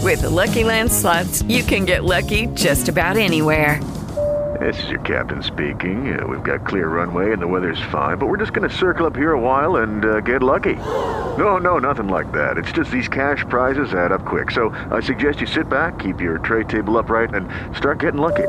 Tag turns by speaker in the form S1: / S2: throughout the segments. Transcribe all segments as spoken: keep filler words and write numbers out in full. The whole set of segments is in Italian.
S1: With the Lucky Land Slots, you can get lucky just about anywhere.
S2: This is your captain speaking. Uh, we've got clear runway and the weather's fine, but we're just going to circle up here a while and uh, get lucky. No, no, nothing like that. It's just these cash prizes add up quick. So I suggest you sit back, keep your tray table upright, and start getting lucky.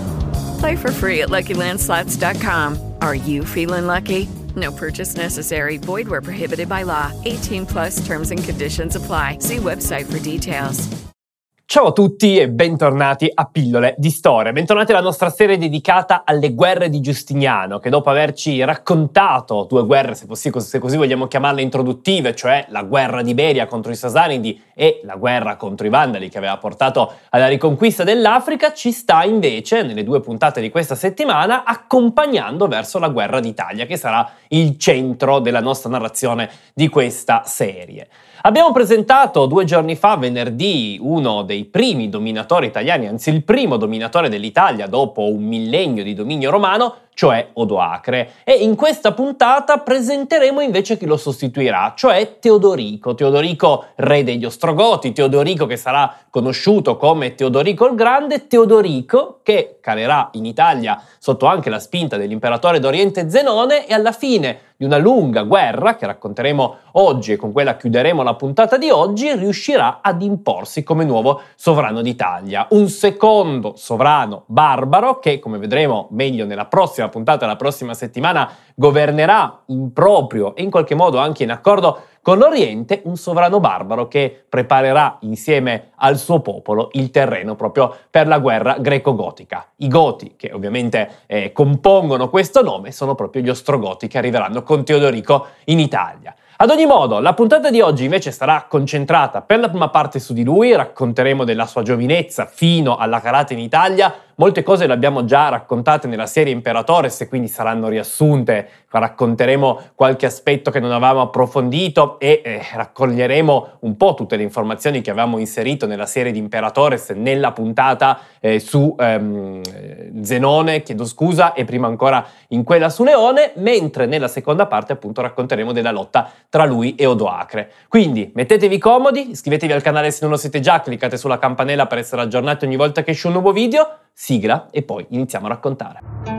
S1: Play for free at Lucky Land Slots dot com. Are you feeling lucky? No purchase necessary. Void where prohibited by law. eighteen plus terms and conditions apply. See website for details.
S3: Ciao a tutti e bentornati a Pillole di Storia. Bentornati alla nostra serie dedicata alle guerre di Giustiniano, che dopo averci raccontato due guerre, se così, se così vogliamo chiamarle introduttive, cioè la guerra di Beria contro i Sasanidi e la guerra contro i Vandali che aveva portato alla riconquista dell'Africa, ci sta invece, nelle due puntate di questa settimana, accompagnando verso la guerra d'Italia, che sarà il centro della nostra narrazione di questa serie. Abbiamo presentato due giorni fa, venerdì, uno dei primi dominatori italiani, anzi il primo dominatore dell'Italia dopo un millennio di dominio romano, cioè Odoacre, e in questa puntata presenteremo invece chi lo sostituirà, cioè Teodorico, Teodorico re degli Ostrogoti, Teodorico che sarà conosciuto come Teodorico il Grande, Teodorico che calerà in Italia sotto anche la spinta dell'imperatore d'Oriente Zenone e alla fine di una lunga guerra, che racconteremo oggi e con quella chiuderemo la puntata di oggi, riuscirà ad imporsi come nuovo sovrano d'Italia. Un secondo sovrano barbaro che, come vedremo meglio nella prossima puntata, la prossima settimana, governerà in proprio e in qualche modo anche in accordo con l'Oriente, un sovrano barbaro che preparerà insieme al suo popolo il terreno proprio per la guerra greco-gotica. I Goti, che ovviamente eh, compongono questo nome, sono proprio gli Ostrogoti che arriveranno con Teodorico in Italia. Ad ogni modo, la puntata di oggi invece sarà concentrata per la prima parte su di lui, racconteremo della sua giovinezza fino alla calata in Italia. Molte cose le abbiamo già raccontate nella serie Imperatores e quindi saranno riassunte, racconteremo qualche aspetto che non avevamo approfondito e eh, raccoglieremo un po' tutte le informazioni che avevamo inserito nella serie di Imperatores nella puntata eh, su ehm, Zenone, chiedo scusa, e prima ancora in quella su Leone, mentre nella seconda parte appunto racconteremo della lotta tra lui e Odoacre. Quindi mettetevi comodi, iscrivetevi al canale se non lo siete già, cliccate sulla campanella per essere aggiornati ogni volta che esce un nuovo video, sigla e poi iniziamo a raccontare.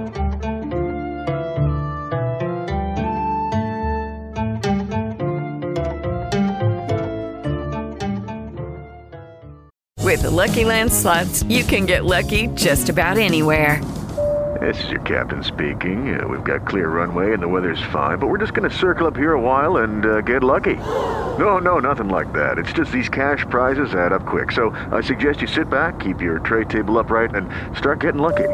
S1: With the Lucky Land Slots, you can get lucky just about anywhere.
S2: This is your captain speaking. Uh, we've got clear runway and the weather's fine, but we're just going to circle up here a while and uh, get lucky. No, no, nothing like that. It's just these cash prizes add up quick. So I suggest you sit back, keep your tray table upright, and start getting lucky.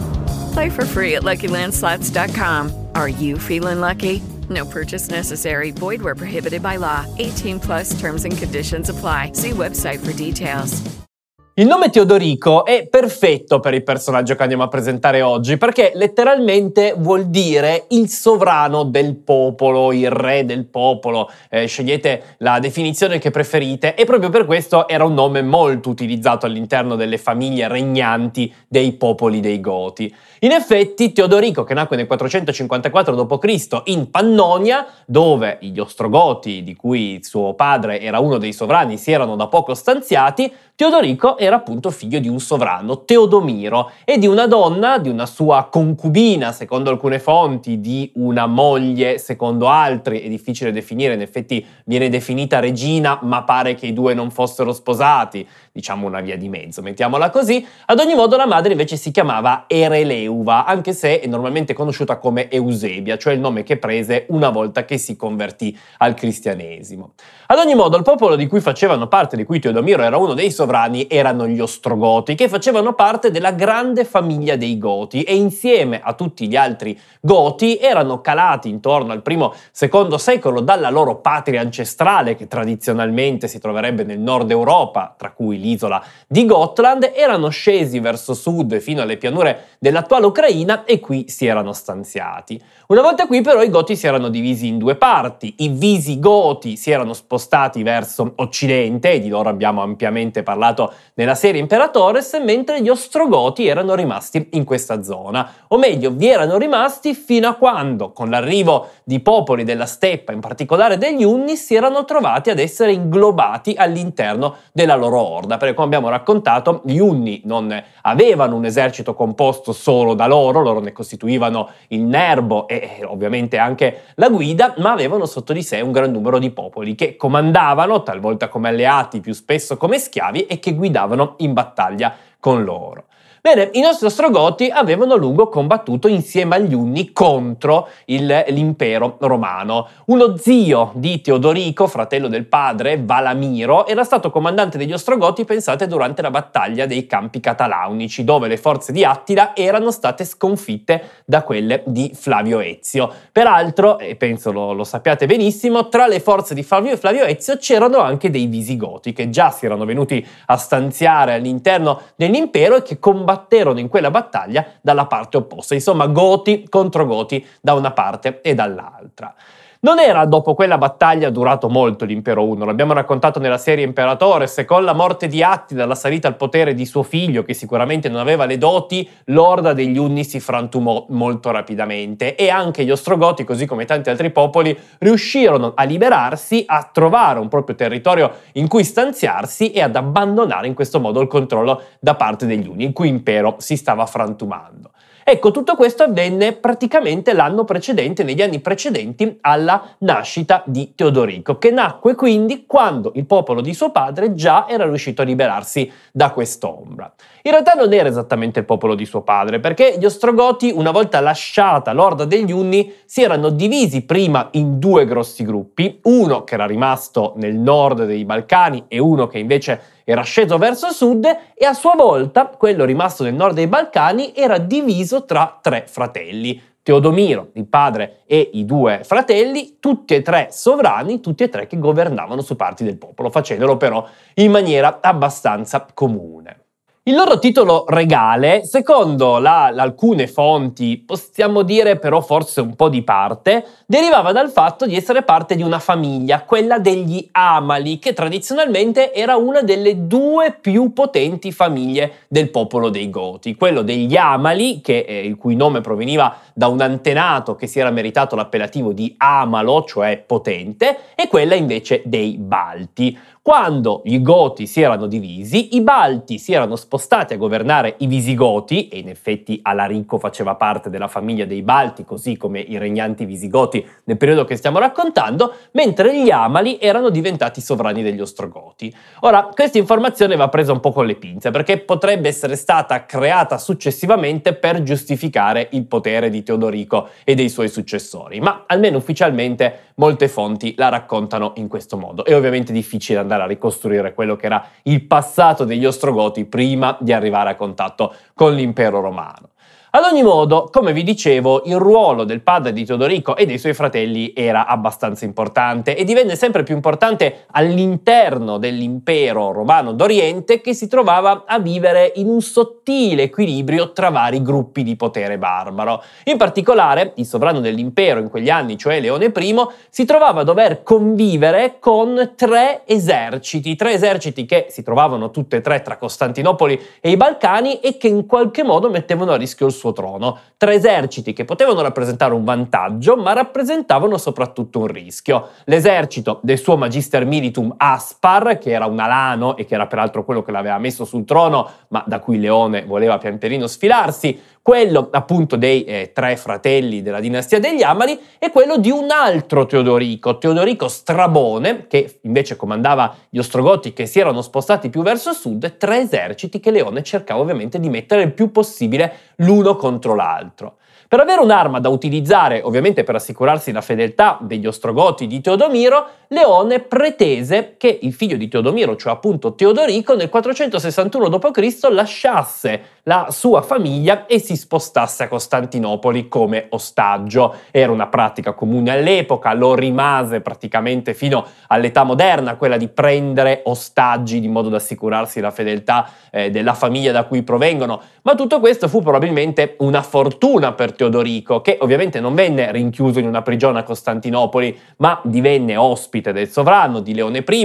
S1: Play for free at Lucky Land Slots dot com. Are you feeling lucky? No purchase necessary. Void where prohibited by law. eighteen plus terms and conditions apply. See website for details.
S3: Il nome Teodorico è perfetto per il personaggio che andiamo a presentare oggi, perché letteralmente vuol dire il sovrano del popolo, il re del popolo, eh, scegliete la definizione che preferite, e proprio per questo era un nome molto utilizzato all'interno delle famiglie regnanti dei popoli dei Goti. In effetti Teodorico, che nacque nel quattrocentocinquantaquattro dopo Cristo in Pannonia, dove gli Ostrogoti, di cui suo padre era uno dei sovrani, si erano da poco stanziati, Teodorico era appunto figlio di un sovrano, Teodomiro, e di una donna, di una sua concubina, secondo alcune fonti, di una moglie, secondo altri, è difficile definire, in effetti viene definita regina, ma pare che i due non fossero sposati, diciamo una via di mezzo, mettiamola così. Ad ogni modo la madre invece si chiamava Ereleuva, anche se è normalmente conosciuta come Eusebia, cioè il nome che prese una volta che si convertì al cristianesimo. Ad ogni modo il popolo di cui facevano parte, di cui Teodomiro era uno dei sovrani, erano gli Ostrogoti, che facevano parte della grande famiglia dei Goti e insieme a tutti gli altri Goti erano calati intorno al primo secondo secolo dalla loro patria ancestrale, che tradizionalmente si troverebbe nel nord Europa, tra cui l'isola di Gotland, erano scesi verso sud fino alle pianure dell'attuale Ucraina e qui si erano stanziati. Una volta qui però i Goti si erano divisi in due parti, i Visigoti si erano spostati verso occidente, e di loro abbiamo ampiamente parlato nella nella serie Imperatores, mentre gli Ostrogoti erano rimasti in questa zona. O meglio, vi erano rimasti fino a quando, con l'arrivo di popoli della steppa, in particolare degli Unni, si erano trovati ad essere inglobati all'interno della loro orda, perché come abbiamo raccontato, gli Unni non avevano un esercito composto solo da loro, loro ne costituivano il nerbo e ovviamente anche la guida, ma avevano sotto di sé un gran numero di popoli che comandavano, talvolta come alleati, più spesso come schiavi, e che guidavano in battaglia con loro. Bene, i nostri Ostrogoti avevano a lungo combattuto insieme agli Unni contro il, l'impero romano. Uno zio di Teodorico, fratello del padre, Valamiro, era stato comandante degli Ostrogoti, pensate, durante la battaglia dei Campi Catalaunici, dove le forze di Attila erano state sconfitte da quelle di Flavio Ezio. Peraltro, e penso lo, lo sappiate benissimo, tra le forze di Flavio e Flavio Ezio c'erano anche dei Visigoti, che già si erano venuti a stanziare all'interno dell'impero e che combattevano batterono in quella battaglia dalla parte opposta, insomma Goti contro Goti da una parte e dall'altra. Non era dopo quella battaglia durato molto l'impero Unno, l'abbiamo raccontato nella serie Imperatores, e con la morte di Attila, la salita al potere di suo figlio, che sicuramente non aveva le doti, l'orda degli Unni si frantumò molto rapidamente e anche gli Ostrogoti, così come tanti altri popoli, riuscirono a liberarsi, a trovare un proprio territorio in cui stanziarsi e ad abbandonare in questo modo il controllo da parte degli Unni, il cui impero si stava frantumando. Ecco, tutto questo avvenne praticamente l'anno precedente, negli anni precedenti alla nascita di Teodorico, che nacque quindi quando il popolo di suo padre già era riuscito a liberarsi da quest'ombra. In realtà non era esattamente il popolo di suo padre, perché gli Ostrogoti, una volta lasciata l'orda degli Unni, si erano divisi prima in due grossi gruppi, uno che era rimasto nel nord dei Balcani e uno che invece era sceso verso sud, e a sua volta quello rimasto nel nord dei Balcani era diviso tra tre fratelli. Teodomiro, il padre, e i due fratelli, tutti e tre sovrani, tutti e tre che governavano su parti del popolo, facendolo però in maniera abbastanza comune. Il loro titolo regale, secondo la, alcune fonti, possiamo dire però forse un po' di parte, derivava dal fatto di essere parte di una famiglia, quella degli Amali, che tradizionalmente era una delle due più potenti famiglie del popolo dei Goti. Quello degli Amali, che, eh, il cui nome proveniva da un antenato che si era meritato l'appellativo di Amalo, cioè potente, e quella invece dei Balti. Quando i Goti si erano divisi, i Balti si erano spostati a governare i Visigoti, e in effetti Alarico faceva parte della famiglia dei Balti, così come i regnanti Visigoti nel periodo che stiamo raccontando, mentre gli Amali erano diventati sovrani degli Ostrogoti. Ora, questa informazione va presa un po' con le pinze, perché potrebbe essere stata creata successivamente per giustificare il potere di Teodorico e dei suoi successori, ma almeno ufficialmente molte fonti la raccontano in questo modo. È ovviamente difficile andare a ricostruire quello che era il passato degli Ostrogoti prima di arrivare a contatto con l'impero romano. Ad ogni modo, come vi dicevo, il ruolo del padre di Teodorico e dei suoi fratelli era abbastanza importante e divenne sempre più importante all'interno dell'impero romano d'Oriente, che si trovava a vivere in un sottile equilibrio tra vari gruppi di potere barbaro. In particolare, il sovrano dell'impero in quegli anni, cioè Leone I, si trovava a dover convivere con tre eserciti, tre eserciti che si trovavano tutte e tre tra Costantinopoli e i Balcani e che in qualche modo mettevano a rischio il suo trono. Tre eserciti che potevano rappresentare un vantaggio, ma rappresentavano soprattutto un rischio. L'esercito del suo Magister Militum Aspar, che era un alano e che era peraltro quello che l'aveva messo sul trono, ma da cui Leone voleva pian pianino sfilarsi, quello appunto dei eh, tre fratelli della dinastia degli Amali, e quello di un altro Teodorico, Teodorico Strabone, che invece comandava gli Ostrogoti che si erano spostati più verso sud, tre eserciti che Leone cercava ovviamente di mettere il più possibile l'uno contro l'altro. Per avere un'arma da utilizzare, ovviamente per assicurarsi la fedeltà degli Ostrogoti di Teodomiro, Leone pretese che il figlio di Teodomiro, cioè appunto Teodorico, nel quattrocentosessantuno dopo Cristo lasciasse la sua famiglia e si spostasse a Costantinopoli come ostaggio. Era una pratica comune all'epoca, lo rimase praticamente fino all'età moderna, quella di prendere ostaggi di modo da assicurarsi la fedeltà eh, della famiglia da cui provengono. Ma tutto questo fu probabilmente una fortuna per Teodorico, che ovviamente non venne rinchiuso in una prigione a Costantinopoli, ma divenne ospite del sovrano di Leone I,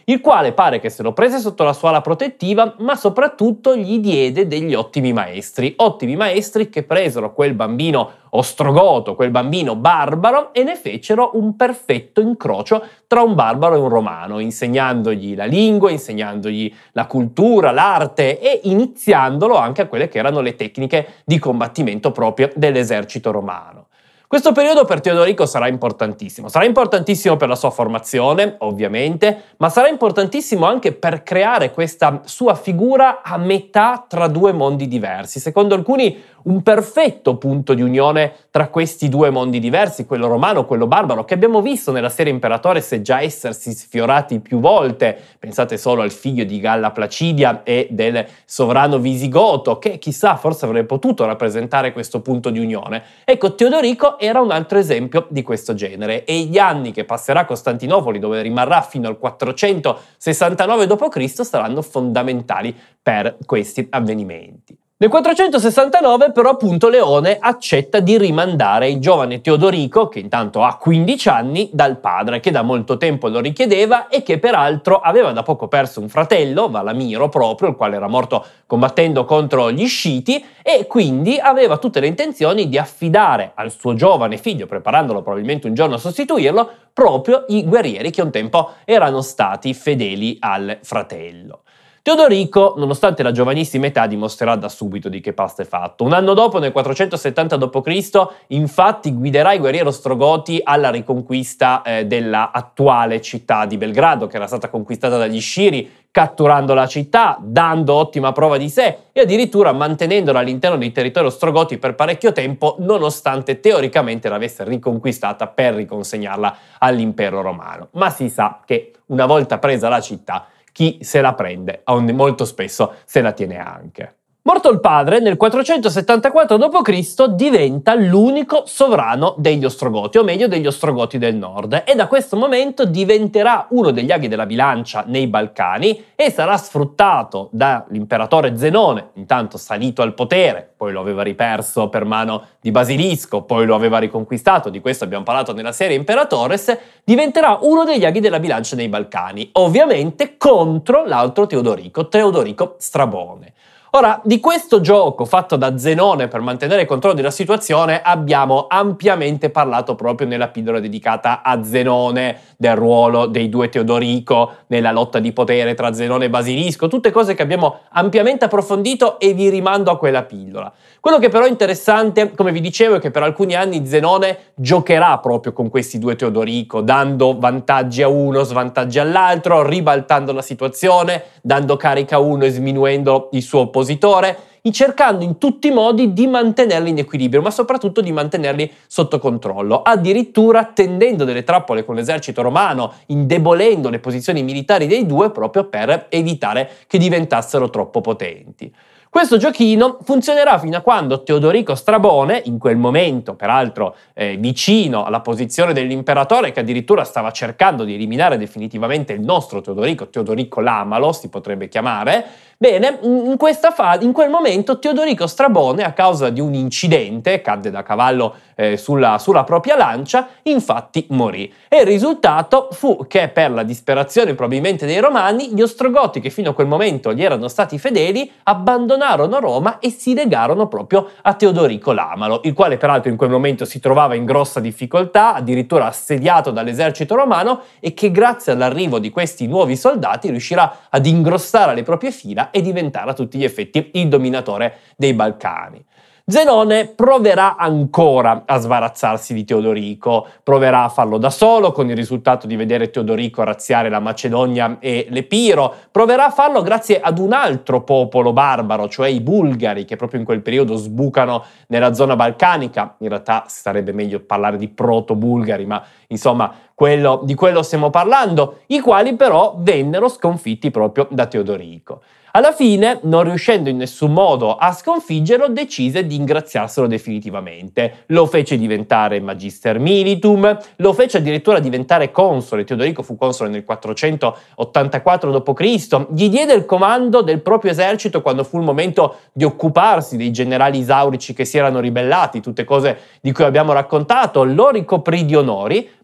S3: il quale pare che se lo prese sotto la sua ala protettiva, ma soprattutto gli diede degli ottimi maestri, ottimi maestri che presero quel bambino ostrogoto, quel bambino barbaro, e ne fecero un perfetto incrocio tra un barbaro e un romano, insegnandogli la lingua, insegnandogli la cultura, l'arte e iniziandolo anche a quelle che erano le tecniche di combattimento proprio dell'esercito romano. Questo periodo per Teodorico sarà importantissimo, sarà importantissimo per la sua formazione, ovviamente, ma sarà importantissimo anche per creare questa sua figura a metà tra due mondi diversi. Secondo alcuni un perfetto punto di unione tra questi due mondi diversi, quello romano e quello barbaro, che abbiamo visto nella serie Imperatores già essersi sfiorati più volte. Pensate solo al figlio di Galla Placidia e del sovrano visigoto, che chissà forse avrebbe potuto rappresentare questo punto di unione. Ecco, Teodorico era un altro esempio di questo genere, e gli anni che passerà a Costantinopoli, dove rimarrà fino al quattrocentosessantanove dopo Cristo, saranno fondamentali per questi avvenimenti. Nel quattrocentosessantanove però appunto Leone accetta di rimandare il giovane Teodorico, che intanto ha quindici anni, dal padre che da molto tempo lo richiedeva e che peraltro aveva da poco perso un fratello, Valamiro proprio, il quale era morto combattendo contro gli Sciti, e quindi aveva tutte le intenzioni di affidare al suo giovane figlio, preparandolo probabilmente un giorno a sostituirlo, proprio i guerrieri che un tempo erano stati fedeli al fratello. Teodorico, nonostante la giovanissima età, dimostrerà da subito di che pasta è fatto. Un anno dopo, nel quattrocentosettanta dopo Cristo, infatti guiderà i guerrieri ostrogoti alla riconquista eh, della attuale città di Belgrado, che era stata conquistata dagli Sciri, catturando la città, dando ottima prova di sé e addirittura mantenendola all'interno dei territori ostrogoti per parecchio tempo, nonostante teoricamente l'avesse riconquistata per riconsegnarla all'impero romano. Ma si sa che una volta presa la città, chi se la prende, molto spesso se la tiene anche. Morto il padre, nel quattrocentosettantaquattro dopo Cristo diventa l'unico sovrano degli Ostrogoti, o meglio degli Ostrogoti del nord, e da questo momento diventerà uno degli aghi della bilancia nei Balcani e sarà sfruttato dall'imperatore Zenone, intanto salito al potere, poi lo aveva riperso per mano di Basilisco, poi lo aveva riconquistato, di questo abbiamo parlato nella serie Imperatores, diventerà uno degli aghi della bilancia nei Balcani, ovviamente contro l'altro Teodorico, Teodorico Strabone. Ora, di questo gioco fatto da Zenone per mantenere il controllo della situazione abbiamo ampiamente parlato proprio nella pillola dedicata a Zenone, del ruolo dei due Teodorico, nella lotta di potere tra Zenone e Basilisco, tutte cose che abbiamo ampiamente approfondito e vi rimando a quella pillola. Quello che però è interessante, come vi dicevo, è che per alcuni anni Zenone giocherà proprio con questi due Teodorico, dando vantaggi a uno, svantaggi all'altro, ribaltando la situazione, dando carica a uno e sminuendo il suo oppositore, cercando in tutti i modi di mantenerli in equilibrio, ma soprattutto di mantenerli sotto controllo, addirittura tendendo delle trappole con l'esercito romano, indebolendo le posizioni militari dei due proprio per evitare che diventassero troppo potenti. Questo giochino funzionerà fino a quando Teodorico Strabone, in quel momento peraltro eh, vicino alla posizione dell'imperatore, che addirittura stava cercando di eliminare definitivamente il nostro Teodorico, Teodorico l'Amalo si potrebbe chiamare, bene, in, questa fase, in quel momento Teodorico Strabone, a causa di un incidente, cadde da cavallo eh, sulla, sulla propria lancia, infatti morì. E il risultato fu che per la disperazione probabilmente dei romani, gli ostrogoti che fino a quel momento gli erano stati fedeli, abbandonarono Roma e si legarono proprio a Teodorico l'Amalo, il quale peraltro in quel momento si trovava in grossa difficoltà, addirittura assediato dall'esercito romano, e che grazie all'arrivo di questi nuovi soldati riuscirà ad ingrossare le proprie fila e diventare a tutti gli effetti il dominatore dei Balcani. Zenone proverà ancora a sbarazzarsi di Teodorico, proverà a farlo da solo con il risultato di vedere Teodorico razziare la Macedonia e l'Epiro, proverà a farlo grazie ad un altro popolo barbaro, cioè i Bulgari, che proprio in quel periodo sbucano nella zona balcanica, in realtà sarebbe meglio parlare di proto-bulgari, ma insomma quello, di quello stiamo parlando, i quali però vennero sconfitti proprio da Teodorico. Alla fine, non riuscendo in nessun modo a sconfiggerlo, decise di ingraziarselo definitivamente. Lo fece diventare Magister Militum, lo fece addirittura diventare console. Teodorico fu console nel quattrocentottantaquattro dopo Cristo, gli diede il comando del proprio esercito quando fu il momento di occuparsi dei generali isaurici che si erano ribellati, tutte cose di cui abbiamo raccontato, lo ricoprì di onori,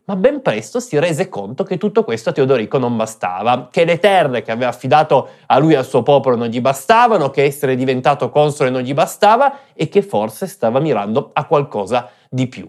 S3: ma ben presto si rese conto che tutto questo a Teodorico non bastava, che le terre che aveva affidato a lui e al suo popolo non gli bastavano, che essere diventato console non gli bastava e che forse stava mirando a qualcosa di più.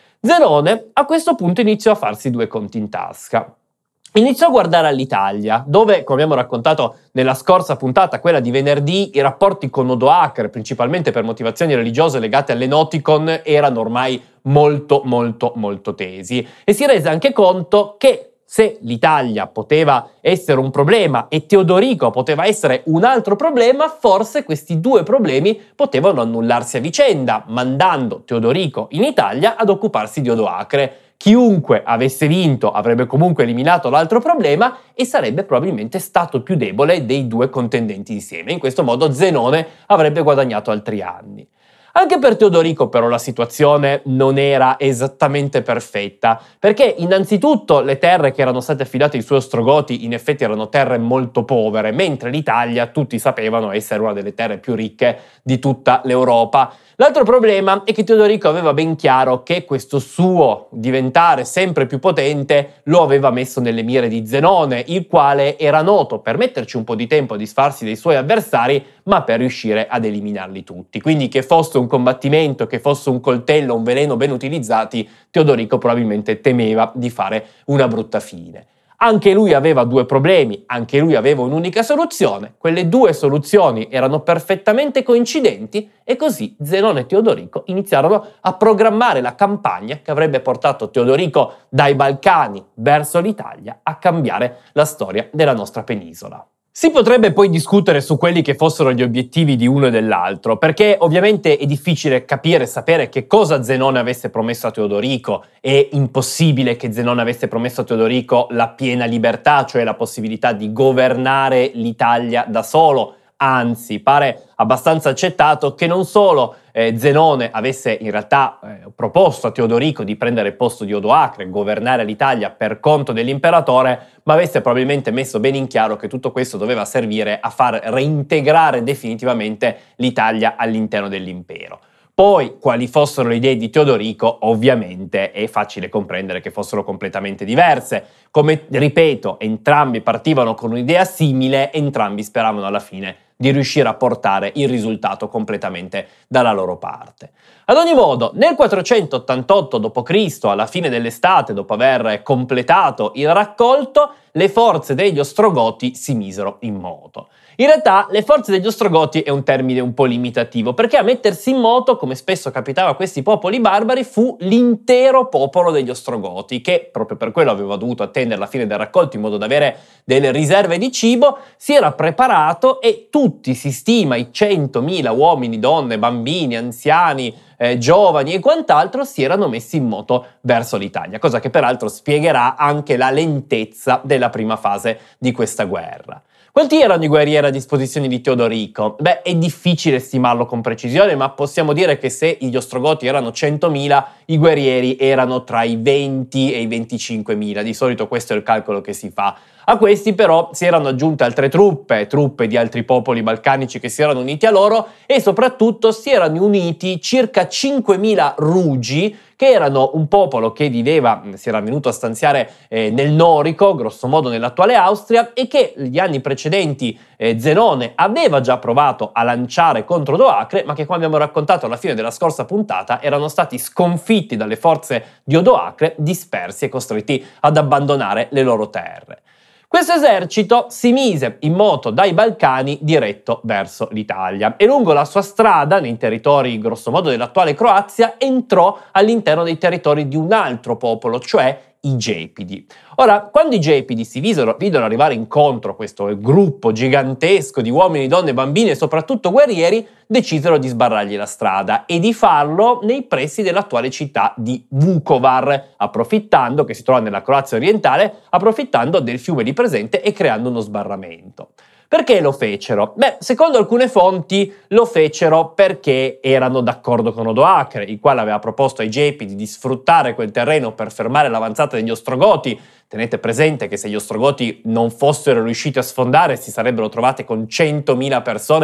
S3: Zenone a questo punto iniziò a farsi due conti in tasca. Iniziò a guardare all'Italia, dove, come abbiamo raccontato nella scorsa puntata, quella di venerdì, i rapporti con Odoacre, principalmente per motivazioni religiose legate all'Enoticon, erano ormai molto, molto, molto tesi. E si rese anche conto che se l'Italia poteva essere un problema e Teodorico poteva essere un altro problema, forse questi due problemi potevano annullarsi a vicenda, mandando Teodorico in Italia ad occuparsi di Odoacre. Chiunque avesse vinto avrebbe comunque eliminato l'altro problema e sarebbe probabilmente stato più debole dei due contendenti insieme. In questo modo Zenone avrebbe guadagnato altri anni. Anche per Teodorico però la situazione non era esattamente perfetta, perché innanzitutto le terre che erano state affidate ai suoi ostrogoti in effetti erano terre molto povere, mentre l'Italia tutti sapevano essere una delle terre più ricche di tutta l'Europa. L'altro problema è che Teodorico aveva ben chiaro che questo suo diventare sempre più potente lo aveva messo nelle mire di Zenone, il quale era noto per metterci un po' di tempo a disfarsi dei suoi avversari, ma per riuscire ad eliminarli tutti. Quindi che fosse un combattimento, che fosse un coltello, un veleno ben utilizzati, Teodorico probabilmente temeva di fare una brutta fine. Anche lui aveva due problemi, anche lui aveva un'unica soluzione, quelle due soluzioni erano perfettamente coincidenti e così Zenone e Teodorico iniziarono a programmare la campagna che avrebbe portato Teodorico dai Balcani verso l'Italia a cambiare la storia della nostra penisola. Si potrebbe poi discutere su quelli che fossero gli obiettivi di uno e dell'altro, perché ovviamente è difficile capire e sapere che cosa Zenone avesse promesso a Teodorico. È impossibile che Zenone avesse promesso a Teodorico la piena libertà, cioè la possibilità di governare l'Italia da solo. Anzi, pare abbastanza accettato che non solo eh, Zenone avesse in realtà eh, proposto a Teodorico di prendere il posto di Odoacre, governare l'Italia per conto dell'imperatore, ma avesse probabilmente messo bene in chiaro che tutto questo doveva servire a far reintegrare definitivamente l'Italia all'interno dell'impero. Poi, quali fossero le idee di Teodorico, ovviamente è facile comprendere che fossero completamente diverse. Come ripeto, entrambi partivano con un'idea simile, entrambi speravano alla fine di riuscire a portare il risultato completamente dalla loro parte. Ad ogni modo, nel quattrocentottantotto dopo Cristo, alla fine dell'estate, dopo aver completato il raccolto, le forze degli Ostrogoti si misero in moto. In realtà, le forze degli Ostrogoti è un termine un po' limitativo, perché a mettersi in moto, come spesso capitava a questi popoli barbari, fu l'intero popolo degli Ostrogoti, che proprio per quello aveva dovuto attendere la fine del raccolto in modo da avere delle riserve di cibo, si era preparato e tutti, si stima, i centomila uomini, donne, bambini, anziani, eh, giovani e quant'altro si erano messi in moto verso l'Italia, cosa che peraltro spiegherà anche la lentezza della prima fase di questa guerra. Quanti erano i guerrieri a disposizione di Teodorico? Beh, è difficile stimarlo con precisione, ma possiamo dire che se gli Ostrogoti erano centomila, i guerrieri erano tra i venti e i venticinquemila. Di solito questo è il calcolo che si fa. A questi però si erano aggiunte altre truppe, truppe di altri popoli balcanici che si erano uniti a loro e soprattutto si erano uniti circa cinquemila Rugi, che erano un popolo che viveva, si era venuto a stanziare eh, nel Norico, grosso modo nell'attuale Austria, e che gli anni precedenti eh, Zenone aveva già provato a lanciare contro Odoacre, ma che, come abbiamo raccontato alla fine della scorsa puntata, erano stati sconfitti dalle forze di Odoacre, dispersi e costretti ad abbandonare le loro terre. Questo esercito si mise in moto dai Balcani diretto verso l'Italia e lungo la sua strada, nei territori grossomodo dell'attuale Croazia, entrò all'interno dei territori di un altro popolo, cioè i Gepidi. Ora, quando i Gepidi si videro, videro arrivare incontro questo gruppo gigantesco di uomini, donne, bambini e soprattutto guerrieri, decisero di sbarrargli la strada e di farlo nei pressi dell'attuale città di Vukovar, approfittando, che si trova nella Croazia orientale, approfittando del fiume lì presente e creando uno sbarramento. Perché lo fecero? Beh, secondo alcune fonti lo fecero perché erano d'accordo con Odoacre, il quale aveva proposto ai Gepidi di sfruttare quel terreno per fermare l'avanzata degli Ostrogoti. Tenete presente che se gli Ostrogoti non fossero riusciti a sfondare si sarebbero trovate con centomila persone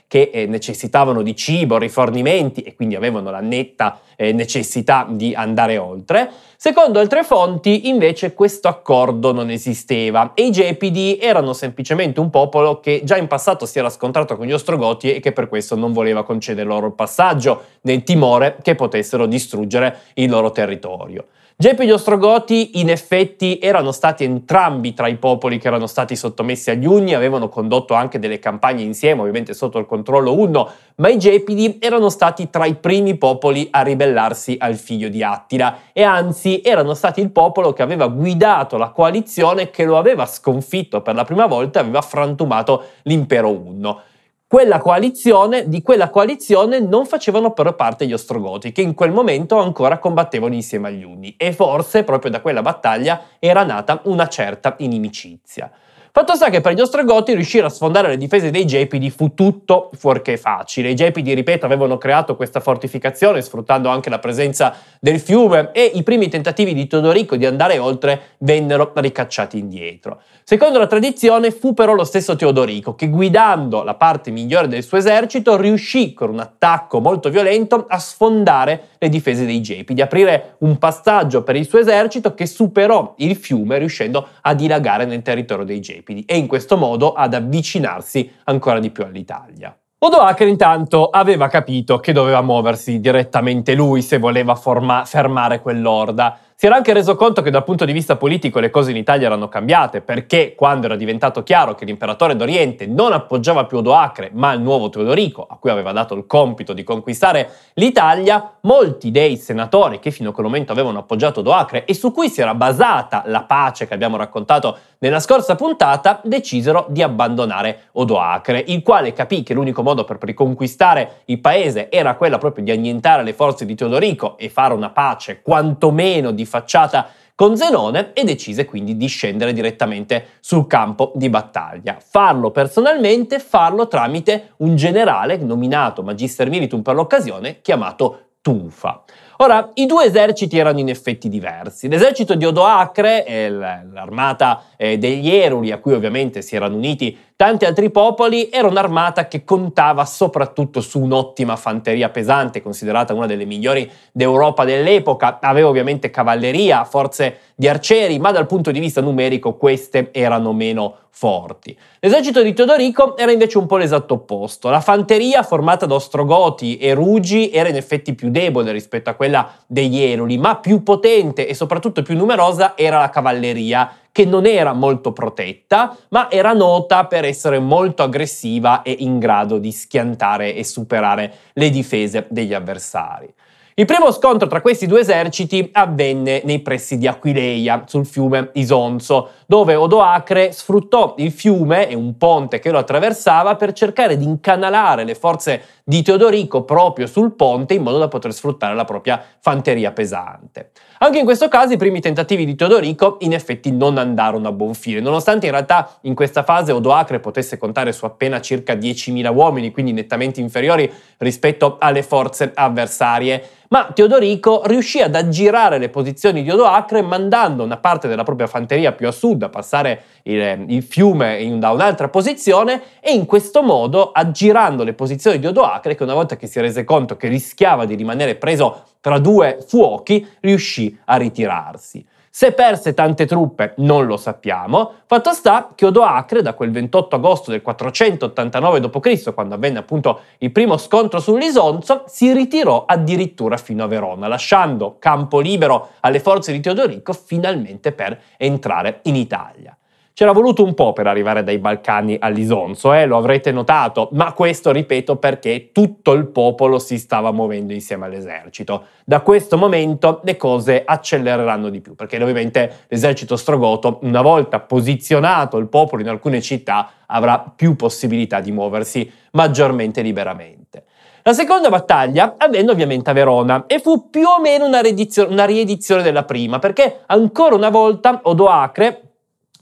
S3: che eh, necessitavano di cibo, rifornimenti e quindi avevano la netta eh, necessità di andare oltre. Secondo altre fonti, invece, questo accordo non esisteva e i Gepidi erano semplicemente un popolo che già in passato si era scontrato con gli Ostrogoti e che per questo non voleva concedere loro il passaggio, nel timore che potessero distruggere il loro territorio. Gepidi e Ostrogoti in effetti erano stati entrambi tra i popoli che erano stati sottomessi agli Unni, avevano condotto anche delle campagne insieme, ovviamente sotto il controllo Unno, ma i Gepidi erano stati tra i primi popoli a ribellarsi al figlio di Attila e anzi erano stati il popolo che aveva guidato la coalizione che lo aveva sconfitto per la prima volta e aveva frantumato l'impero Unno. Quella coalizione, di quella coalizione non facevano però parte gli Ostrogoti, che in quel momento ancora combattevano insieme agli Unni, e forse proprio da quella battaglia era nata una certa inimicizia. Fatto sta che per gli Ostrogoti riuscire a sfondare le difese dei Gepidi fu tutto fuorché facile. I Gepidi, ripeto, avevano creato questa fortificazione sfruttando anche la presenza del fiume e i primi tentativi di Teodorico di andare oltre vennero ricacciati indietro. Secondo la tradizione fu però lo stesso Teodorico che, guidando la parte migliore del suo esercito, riuscì con un attacco molto violento a sfondare le difese dei Gepidi, aprire un passaggio per il suo esercito che superò il fiume riuscendo a dilagare nel territorio dei Gepidi e in questo modo ad avvicinarsi ancora di più all'Italia. Odoacre intanto aveva capito che doveva muoversi direttamente lui se voleva forma- fermare quell'orda. Si era anche reso conto che dal punto di vista politico le cose in Italia erano cambiate, perché quando era diventato chiaro che l'imperatore d'Oriente non appoggiava più Odoacre ma il nuovo Teodorico, a cui aveva dato il compito di conquistare l'Italia, molti dei senatori che fino a quel momento avevano appoggiato Odoacre e su cui si era basata la pace che abbiamo raccontato nella scorsa puntata, decisero di abbandonare Odoacre, il quale capì che l'unico modo per riconquistare il paese era quella proprio di annientare le forze di Teodorico e fare una pace quantomeno di facciata con Zenone, e decise quindi di scendere direttamente sul campo di battaglia. Farlo personalmente, farlo tramite un generale nominato Magister Militum per l'occasione, chiamato Tufa. Ora, i due eserciti erano in effetti diversi. L'esercito di Odoacre, eh, l'armata eh, degli Eruli, a cui ovviamente si erano uniti tanti altri popoli, era un'armata che contava soprattutto su un'ottima fanteria pesante, considerata una delle migliori d'Europa dell'epoca. Aveva ovviamente cavalleria, forze di arcieri, ma dal punto di vista numerico queste erano meno forti. L'esercito di Teodorico era invece un po' l'esatto opposto. La fanteria, formata da Ostrogoti e Rugi, era in effetti più debole rispetto a quella degli Eruli, ma più potente e soprattutto più numerosa era la cavalleria, che non era molto protetta, ma era nota per essere molto aggressiva e in grado di schiantare e superare le difese degli avversari. Il primo scontro tra questi due eserciti avvenne nei pressi di Aquileia, sul fiume Isonzo, dove Odoacre sfruttò il fiume e un ponte che lo attraversava per cercare di incanalare le forze di Teodorico proprio sul ponte in modo da poter sfruttare la propria fanteria pesante. Anche in questo caso i primi tentativi di Teodorico in effetti non andarono a buon fine, nonostante in realtà in questa fase Odoacre potesse contare su appena circa diecimila uomini, quindi nettamente inferiori rispetto alle forze avversarie. Ma Teodorico riuscì ad aggirare le posizioni di Odoacre mandando una parte della propria fanteria più a sud a passare il, il fiume in, da un'altra posizione, e in questo modo, aggirando le posizioni di Odoacre, che una volta che si rese conto che rischiava di rimanere preso tra due fuochi, riuscì a ritirarsi. Se perse tante truppe non lo sappiamo, fatto sta che Odoacre da quel ventotto agosto del quattrocentottantanove dopo Cristo, quando avvenne appunto il primo scontro sull'Isonzo, si ritirò addirittura fino a Verona, lasciando campo libero alle forze di Teodorico finalmente per entrare in Italia. C'era voluto un po' per arrivare dai Balcani all'Isonzo, eh, lo avrete notato, ma questo, ripeto, perché tutto il popolo si stava muovendo insieme all'esercito. Da questo momento le cose accelereranno di più, perché ovviamente l'esercito ostrogoto, una volta posizionato il popolo in alcune città, avrà più possibilità di muoversi maggiormente liberamente. La seconda battaglia avvenne ovviamente a Verona e fu più o meno una riedizione, una riedizione della prima, perché ancora una volta Odoacre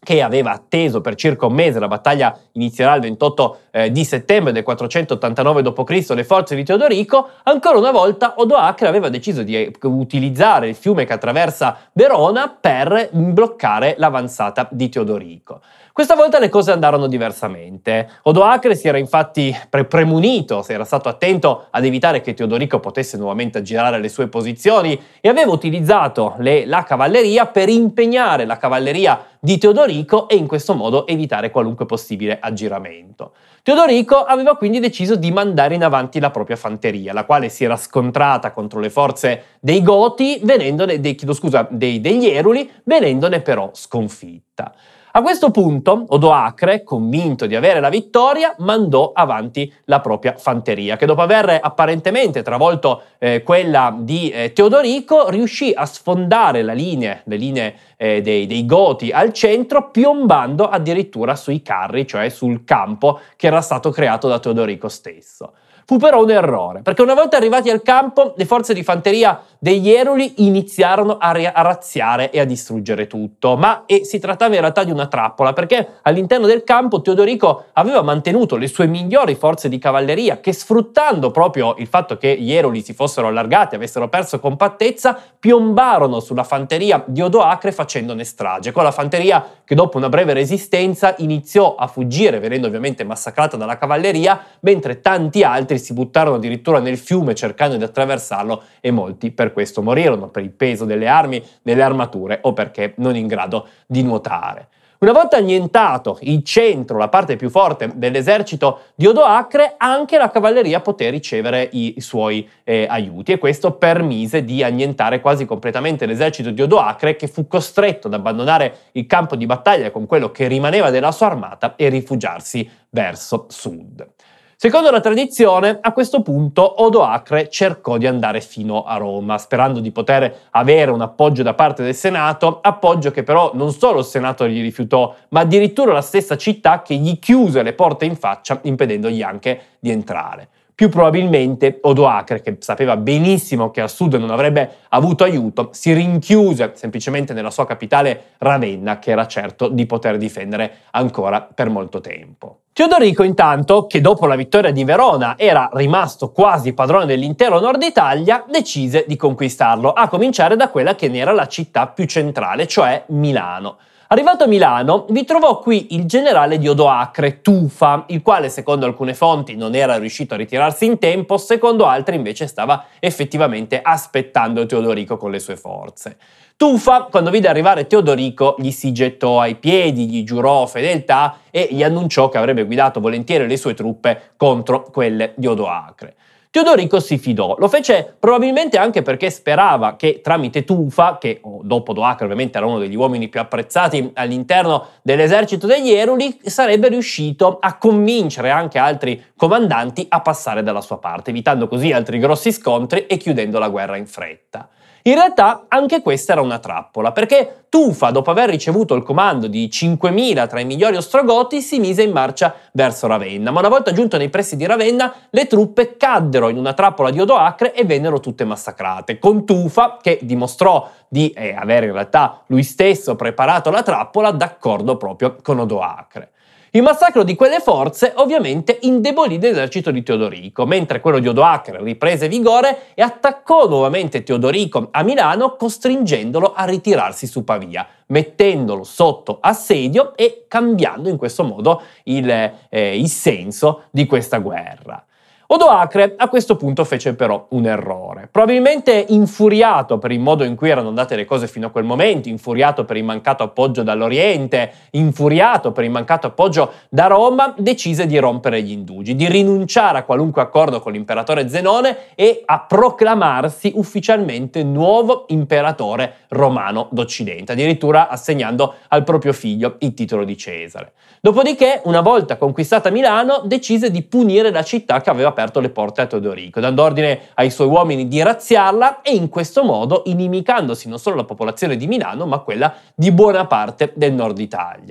S3: che aveva atteso per circa un mese, la battaglia inizierà il ventotto eh, di settembre del quattrocentottantanove dopo Cristo, le forze di Teodorico, ancora una volta Odoacre aveva deciso di utilizzare il fiume che attraversa Verona per bloccare l'avanzata di Teodorico. Questa volta le cose andarono diversamente. Odoacre si era infatti pre- premunito, si era stato attento ad evitare che Teodorico potesse nuovamente aggirare le sue posizioni e aveva utilizzato le, la cavalleria per impegnare la cavalleria di Teodorico e in questo modo evitare qualunque possibile aggiramento. Teodorico aveva quindi deciso di mandare in avanti la propria fanteria, la quale si era scontrata contro le forze dei Goti, venendone, dei, chiedo scusa, dei, degli Eruli, venendone però sconfitta. A questo punto Odoacre, convinto di avere la vittoria, mandò avanti la propria fanteria, che dopo aver apparentemente travolto eh, quella di eh, Teodorico, riuscì a sfondare la linea, le linee eh, dei, dei Goti al centro, piombando addirittura sui carri, cioè sul campo che era stato creato da Teodorico stesso. Fu però un errore, perché una volta arrivati al campo, le forze di fanteria degli Eruli iniziarono a, a razziare e a distruggere tutto, ma e si trattava in realtà di una trappola, perché all'interno del campo Teodorico aveva mantenuto le sue migliori forze di cavalleria che, sfruttando proprio il fatto che gli Eruli si fossero allargati, avessero perso compattezza, piombarono sulla fanteria di Odoacre facendone strage, con la fanteria che dopo una breve resistenza iniziò a fuggire, venendo ovviamente massacrata dalla cavalleria, mentre tanti altri si buttarono addirittura nel fiume cercando di attraversarlo e molti per questo morirono, per il peso delle armi, delle armature o perché non in grado di nuotare. Una volta annientato il centro, la parte più forte dell'esercito di Odoacre, anche la cavalleria poté ricevere i, i suoi eh, aiuti e questo permise di annientare quasi completamente l'esercito di Odoacre, che fu costretto ad abbandonare il campo di battaglia con quello che rimaneva della sua armata e rifugiarsi verso sud. Secondo la tradizione, a questo punto Odoacre cercò di andare fino a Roma, sperando di poter avere un appoggio da parte del Senato, appoggio che però non solo il Senato gli rifiutò, ma addirittura la stessa città che gli chiuse le porte in faccia, impedendogli anche di entrare. Più probabilmente Odoacre, che sapeva benissimo che al sud non avrebbe avuto aiuto, si rinchiuse semplicemente nella sua capitale Ravenna, che era certo di poter difendere ancora per molto tempo. Teodorico intanto, che dopo la vittoria di Verona era rimasto quasi padrone dell'intero Nord Italia, decise di conquistarlo, a cominciare da quella che ne era la città più centrale, cioè Milano. Arrivato a Milano, vi trovò qui il generale di Odoacre, Tufa, il quale secondo alcune fonti non era riuscito a ritirarsi in tempo, secondo altre invece stava effettivamente aspettando Teodorico con le sue forze. Tufa, quando vide arrivare Teodorico, gli si gettò ai piedi, gli giurò fedeltà e gli annunciò che avrebbe guidato volentieri le sue truppe contro quelle di Odoacre. Teodorico si fidò, lo fece probabilmente anche perché sperava che tramite Tufa, che dopo Odoacre ovviamente era uno degli uomini più apprezzati all'interno dell'esercito degli Eruli, sarebbe riuscito a convincere anche altri comandanti a passare dalla sua parte, evitando così altri grossi scontri e chiudendo la guerra in fretta. In realtà anche questa era una trappola, perché Tufa, dopo aver ricevuto il comando di cinquemila tra i migliori ostrogoti, si mise in marcia verso Ravenna, ma una volta giunto nei pressi di Ravenna le truppe caddero in una trappola di Odoacre e vennero tutte massacrate, con Tufa che dimostrò di eh, avere in realtà lui stesso preparato la trappola d'accordo proprio con Odoacre. Il massacro di quelle forze ovviamente indebolì l'esercito di Teodorico, mentre quello di Odoacre riprese vigore e attaccò nuovamente Teodorico a Milano, costringendolo a ritirarsi su Pavia, mettendolo sotto assedio e cambiando in questo modo il, eh, il senso di questa guerra. Odoacre a questo punto fece però un errore, probabilmente infuriato per il modo in cui erano andate le cose fino a quel momento, infuriato per il mancato appoggio dall'Oriente, infuriato per il mancato appoggio da Roma, decise di rompere gli indugi, di rinunciare a qualunque accordo con l'imperatore Zenone e a proclamarsi ufficialmente nuovo imperatore romano d'Occidente, addirittura assegnando al proprio figlio il titolo di Cesare. Dopodiché, una volta conquistata Milano, decise di punire la città che aveva aperto le porte a Teodorico, dando ordine ai suoi uomini di razziarla e in questo modo inimicandosi non solo la popolazione di Milano, ma quella di buona parte del nord Italia.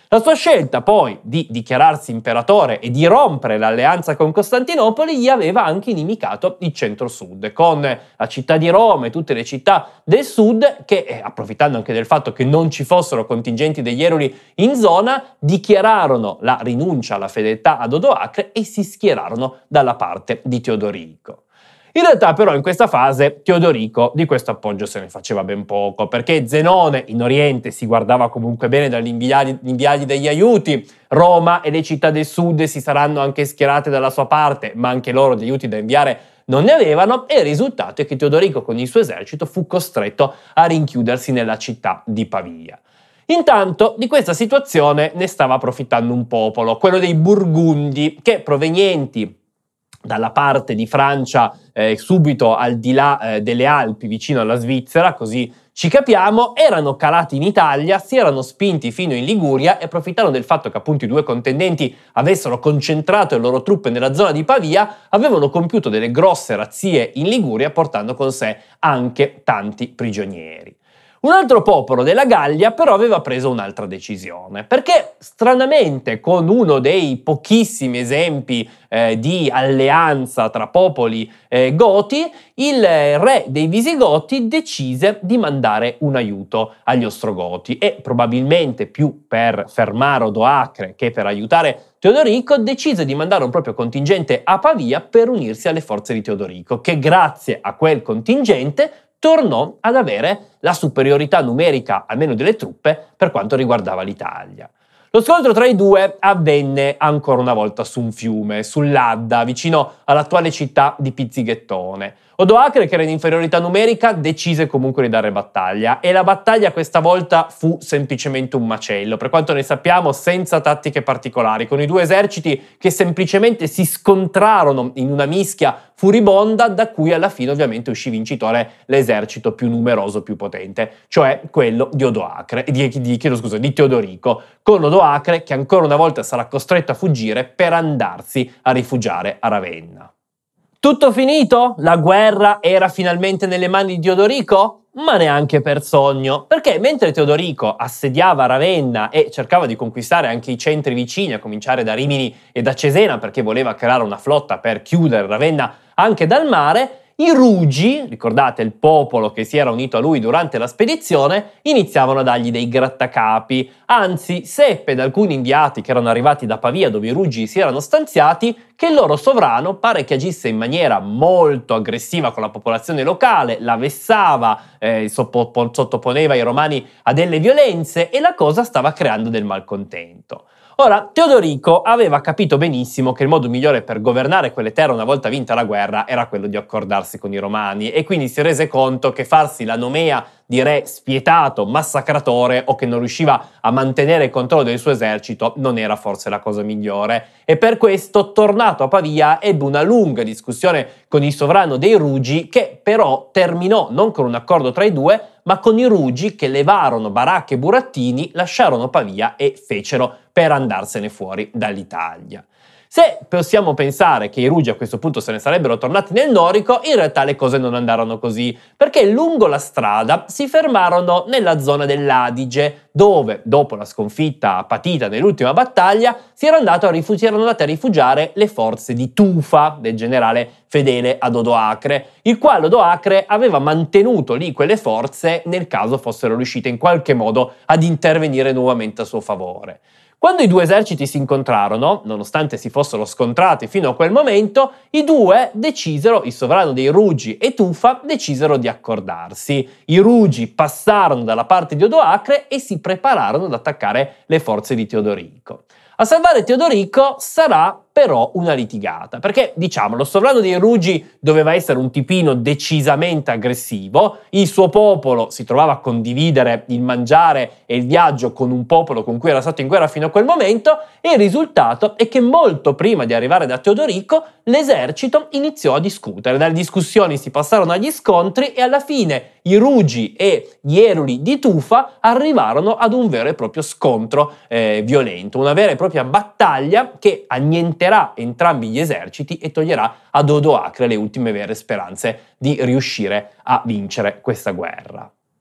S3: La sua scelta poi di dichiararsi imperatore e di rompere l'alleanza con Costantinopoli gli aveva anche inimicato il centro-sud, con la città di Roma e tutte le città del sud che, eh, approfittando anche del fatto che non ci fossero contingenti degli Eruli in zona, dichiararono la rinuncia alla fedeltà ad Odoacre e si schierarono dalla parte di Teodorico. In realtà però in questa fase Teodorico di questo appoggio se ne faceva ben poco, perché Zenone in Oriente si guardava comunque bene dall'inviargli degli aiuti, Roma e le città del sud si saranno anche schierate dalla sua parte, ma anche loro di aiuti da inviare non ne avevano, e il risultato è che Teodorico con il suo esercito fu costretto a rinchiudersi nella città di Pavia. Intanto di questa situazione ne stava approfittando un popolo, quello dei Burgundi, che provenienti dalla parte di Francia eh, subito al di là eh, delle Alpi, vicino alla Svizzera, così ci capiamo, erano calati in Italia, si erano spinti fino in Liguria e approfittarono del fatto che appunto i due contendenti avessero concentrato le loro truppe nella zona di Pavia, avevano compiuto delle grosse razzie in Liguria portando con sé anche tanti prigionieri. Un altro popolo della Gallia però aveva preso un'altra decisione, perché stranamente con uno dei pochissimi esempi eh, di alleanza tra popoli eh, goti, il re dei Visigoti decise di mandare un aiuto agli Ostrogoti e probabilmente più per fermare Odoacre che per aiutare Teodorico decise di mandare un proprio contingente a Pavia per unirsi alle forze di Teodorico, che grazie a quel contingente tornò ad avere la superiorità numerica, almeno delle truppe, per quanto riguardava l'Italia. Lo scontro tra i due avvenne ancora una volta su un fiume, sull'Adda, vicino all'attuale città di Pizzighettone. Odoacre, che era in inferiorità numerica, decise comunque di dare battaglia, e la battaglia questa volta fu semplicemente un macello, per quanto ne sappiamo senza tattiche particolari, con i due eserciti che semplicemente si scontrarono in una mischia furibonda, da cui alla fine ovviamente uscì vincitore l'esercito più numeroso, più potente, cioè quello di Odoacre, di, di, chiedo scusa, di Teodorico, con Odoacre che ancora una volta sarà costretto a fuggire per andarsi a rifugiare a Ravenna. Tutto finito? La guerra era finalmente nelle mani di Teodorico? Ma neanche per sogno, perché mentre Teodorico assediava Ravenna e cercava di conquistare anche i centri vicini, a cominciare da Rimini e da Cesena, perché voleva creare una flotta per chiudere Ravenna anche dal mare, i Rugi, ricordate il popolo che si era unito a lui durante la spedizione, iniziavano a dargli dei grattacapi. Anzi, seppe da alcuni inviati che erano arrivati da Pavia, dove i Rugi si erano stanziati, che il loro sovrano pare che agisse in maniera molto aggressiva con la popolazione locale, la vessava, eh, sottoponeva i romani a delle violenze, e la cosa stava creando del malcontento. Ora, Teodorico aveva capito benissimo che il modo migliore per governare quelle terre una volta vinta la guerra era quello di accordarsi con i romani, e quindi si rese conto che farsi la nomea di re spietato, massacratore o che non riusciva a mantenere il controllo del suo esercito non era forse la cosa migliore, e per questo, tornato a Pavia, ebbe una lunga discussione con il sovrano dei Rugi, che però terminò non con un accordo tra i due, ma con i Rugi che levarono baracche e burattini, lasciarono Pavia e fecero per andarsene fuori dall'Italia. Se possiamo pensare che i Rugi a questo punto se ne sarebbero tornati nel Norico, in realtà le cose non andarono così, perché lungo la strada si fermarono nella zona dell'Adige, dove, dopo la sconfitta patita nell'ultima battaglia, si era andato a rifugi- erano andate a rifugiare le forze di Tufa, del generale fedele ad Odoacre, il quale Odoacre aveva mantenuto lì quelle forze nel caso fossero riuscite in qualche modo ad intervenire nuovamente a suo favore. Quando i due eserciti si incontrarono, nonostante si fossero scontrati fino a quel momento, i due decisero, il sovrano dei Rugi e Tufa, decisero di accordarsi. I Rugi passarono dalla parte di Odoacre e si prepararono ad attaccare le forze di Teodorico. A salvare Teodorico sarà però una litigata, perché, diciamo, lo sovrano dei Rugi doveva essere un tipino decisamente aggressivo, il suo popolo si trovava a condividere il mangiare e il viaggio con un popolo con cui era stato in guerra fino a quel momento, e il risultato è che molto prima di arrivare da Teodorico l'esercito iniziò a discutere. Dalle discussioni si passarono agli scontri e alla fine i Rugi e gli Eruli di Tufa arrivarono ad un vero e proprio scontro eh, violento, una vera e propria battaglia che annienterà entrambi gli eserciti e toglierà ad Odoacre le ultime vere speranze di riuscire a vincere questa guerra.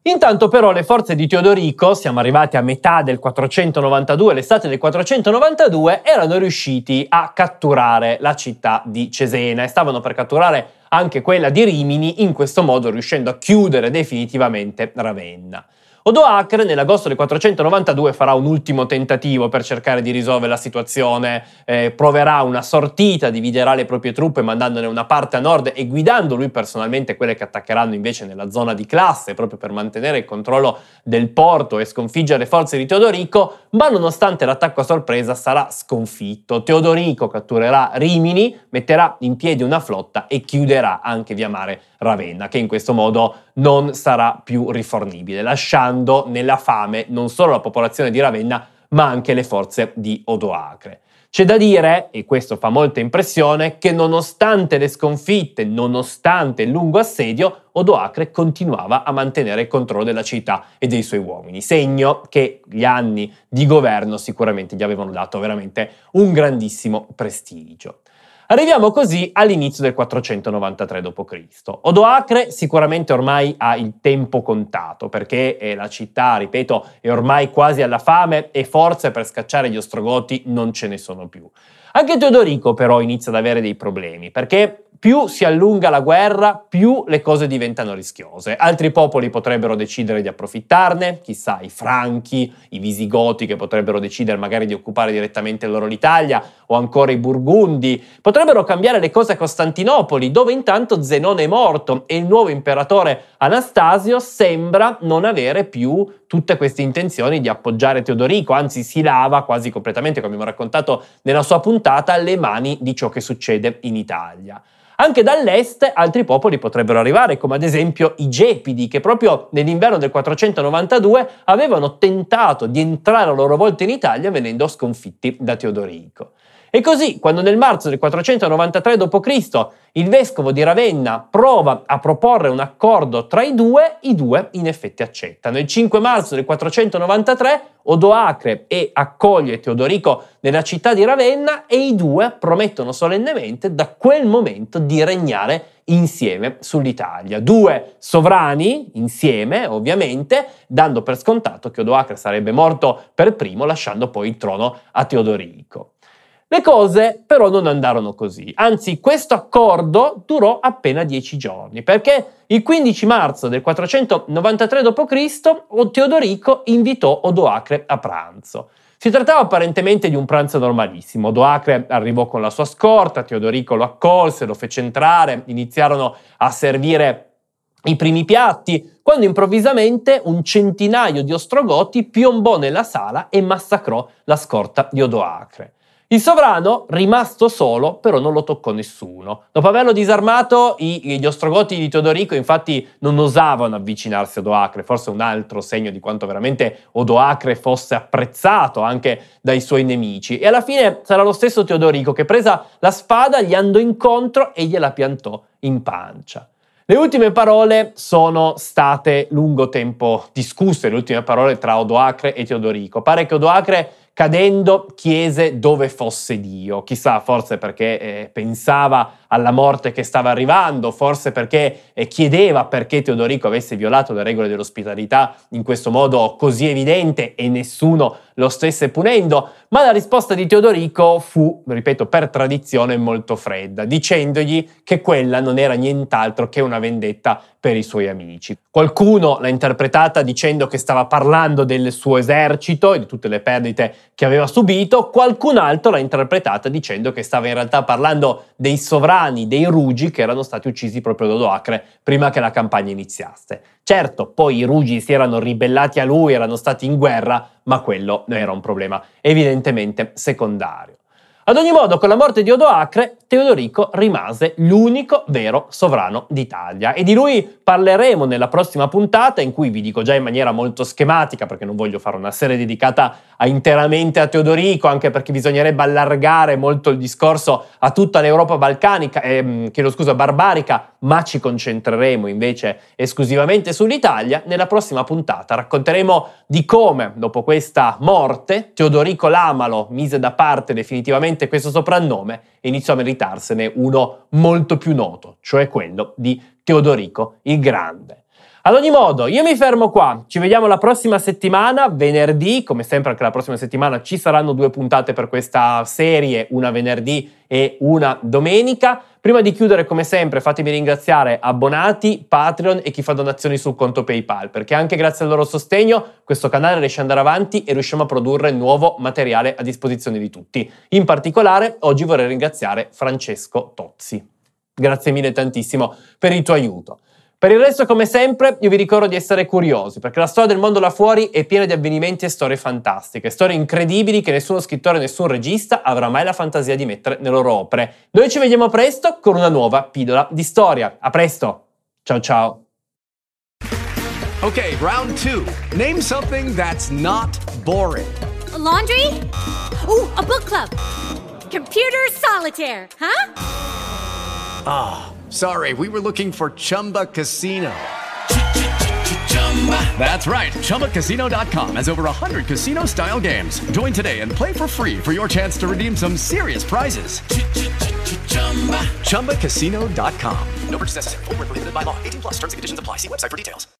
S3: Intanto però le forze di Teodorico, siamo arrivati a metà del quattrocentonovantadue, l'estate del quattrocentonovantadue, erano riusciti a catturare la città di Cesena e stavano per catturare anche quella di Rimini, in questo modo riuscendo a chiudere definitivamente Ravenna. Odoacre nell'agosto del quattrocentonovantadue farà un ultimo tentativo per cercare di risolvere la situazione, eh, proverà una sortita, dividerà le proprie truppe mandandone una parte a nord e guidando lui personalmente quelle che attaccheranno invece nella zona di classe, proprio per mantenere il controllo del porto e sconfiggere le forze di Teodorico, ma nonostante l'attacco a sorpresa sarà sconfitto. Teodorico catturerà Rimini, metterà in piedi una flotta e chiuderà anche via mare Ravenna, che in questo modo non sarà più rifornibile, lasciando nella fame non solo la popolazione di Ravenna, ma anche le forze di Odoacre. C'è da dire, e questo fa molta impressione, che nonostante le sconfitte, nonostante il lungo assedio, Odoacre continuava a mantenere il controllo della città e dei suoi uomini, segno che gli anni di governo sicuramente gli avevano dato veramente un grandissimo prestigio. Arriviamo così all'inizio del quattrocentonovantatré dopo Cristo Odoacre sicuramente ormai ha il tempo contato, perché eh, la città, ripeto, è ormai quasi alla fame e forze per scacciare gli Ostrogoti non ce ne sono più. Anche Teodorico però inizia ad avere dei problemi, perché più si allunga la guerra, più le cose diventano rischiose. Altri popoli potrebbero decidere di approfittarne, chissà, i Franchi, i Visigoti che potrebbero decidere magari di occupare direttamente loro l'Italia, o ancora i Burgundi. Potrebbero cambiare le cose a Costantinopoli, dove intanto Zenone è morto e il nuovo imperatore Anastasio sembra non avere più tutte queste intenzioni di appoggiare Teodorico, anzi si lava quasi completamente, come abbiamo raccontato nella sua puntata, alle mani di ciò che succede in Italia. Anche dall'est altri popoli potrebbero arrivare, come ad esempio i Gepidi, che proprio nell'inverno del quattrocentonovantadue avevano tentato di entrare a loro volta in Italia venendo sconfitti da Teodorico. E così, quando nel marzo del quattrocentonovantatré dopo Cristo il vescovo di Ravenna prova a proporre un accordo tra i due, i due in effetti accettano. Il cinque marzo del quattrocentonovantatré Odoacre e accoglie Teodorico nella città di Ravenna e i due promettono solennemente da quel momento di regnare insieme sull'Italia. Due sovrani insieme, ovviamente, dando per scontato che Odoacre sarebbe morto per primo, lasciando poi il trono a Teodorico. Le cose però non andarono così, anzi questo accordo durò appena dieci giorni, perché il quindici marzo del quattrocentonovantatré dopo Cristo Teodorico invitò Odoacre a pranzo. Si trattava apparentemente di un pranzo normalissimo. Odoacre arrivò con la sua scorta, Teodorico lo accolse, lo fece entrare, iniziarono a servire i primi piatti, quando improvvisamente un centinaio di Ostrogoti piombò nella sala e massacrò la scorta di Odoacre. Il sovrano, rimasto solo, però non lo toccò nessuno. Dopo averlo disarmato, gli Ostrogoti di Teodorico infatti non osavano avvicinarsi a Odoacre, forse un altro segno di quanto veramente Odoacre fosse apprezzato anche dai suoi nemici. E alla fine sarà lo stesso Teodorico che, presa la spada, gli andò incontro e gliela piantò in pancia. Le ultime parole sono state lungo tempo discusse, le ultime parole tra Odoacre e Teodorico. Pare che Odoacre, cadendo, chiese dove fosse Dio. Chissà, forse perché eh, pensava alla morte che stava arrivando, forse perché eh, chiedeva perché Teodorico avesse violato le regole dell'ospitalità in questo modo così evidente e nessuno lo stesse punendo, ma la risposta di Teodorico fu, ripeto, per tradizione molto fredda, dicendogli che quella non era nient'altro che una vendetta per i suoi amici. Qualcuno l'ha interpretata dicendo che stava parlando del suo esercito e di tutte le perdite che aveva subito, qualcun altro l'ha interpretata dicendo che stava in realtà parlando dei sovrani, dei Rugi che erano stati uccisi proprio da Odoacre prima che la campagna iniziasse. Certo, poi i Rugi si erano ribellati a lui, erano stati in guerra, ma quello era un problema evidentemente secondario. Ad ogni modo, con la morte di Odoacre, Teodorico rimase l'unico vero sovrano d'Italia e di lui parleremo nella prossima puntata, in cui vi dico già in maniera molto schematica, perché non voglio fare una serie dedicata a interamente a Teodorico, anche perché bisognerebbe allargare molto il discorso a tutta l'Europa balcanica, ehm, chiedo scusa, barbarica, ma ci concentreremo invece esclusivamente sull'Italia. Nella prossima puntata racconteremo di come, dopo questa morte, Teodorico l'Amalo mise da parte definitivamente questo soprannome e iniziò a meritarsene uno molto più noto, cioè quello di Teodorico il Grande. Ad ogni modo, io mi fermo qua, ci vediamo la prossima settimana, venerdì, come sempre anche la prossima settimana ci saranno due puntate per questa serie, una venerdì e una domenica. Prima di chiudere, come sempre, fatemi ringraziare abbonati, Patreon e chi fa donazioni sul conto PayPal, perché anche grazie al loro sostegno questo canale riesce ad andare avanti e riusciamo a produrre nuovo materiale a disposizione di tutti. In particolare, oggi vorrei ringraziare Francesco Tozzi. Grazie mille tantissimo per il tuo aiuto. Per il resto, come sempre, io vi ricordo di essere curiosi, perché la storia del mondo là fuori è piena di avvenimenti e storie fantastiche, storie incredibili che nessuno scrittore, nessun regista avrà mai la fantasia di mettere nelle loro opere. Noi ci vediamo presto con una nuova pillola di storia. A presto! Ciao ciao!
S4: Okay, round two. Name something that's not boring.
S5: A laundry? Ooh, a book club. Computer solitaire, huh?
S4: Ah, oh, sorry, we were looking for Chumba Casino. That's right, Chumba Casino dot com has over one hundred casino-style games. Join today and play for free for your chance to redeem some serious prizes. Chumba Casino dot com. No purchase necessary. Void where prohibited by law. eighteen plus terms and conditions apply. See website for details.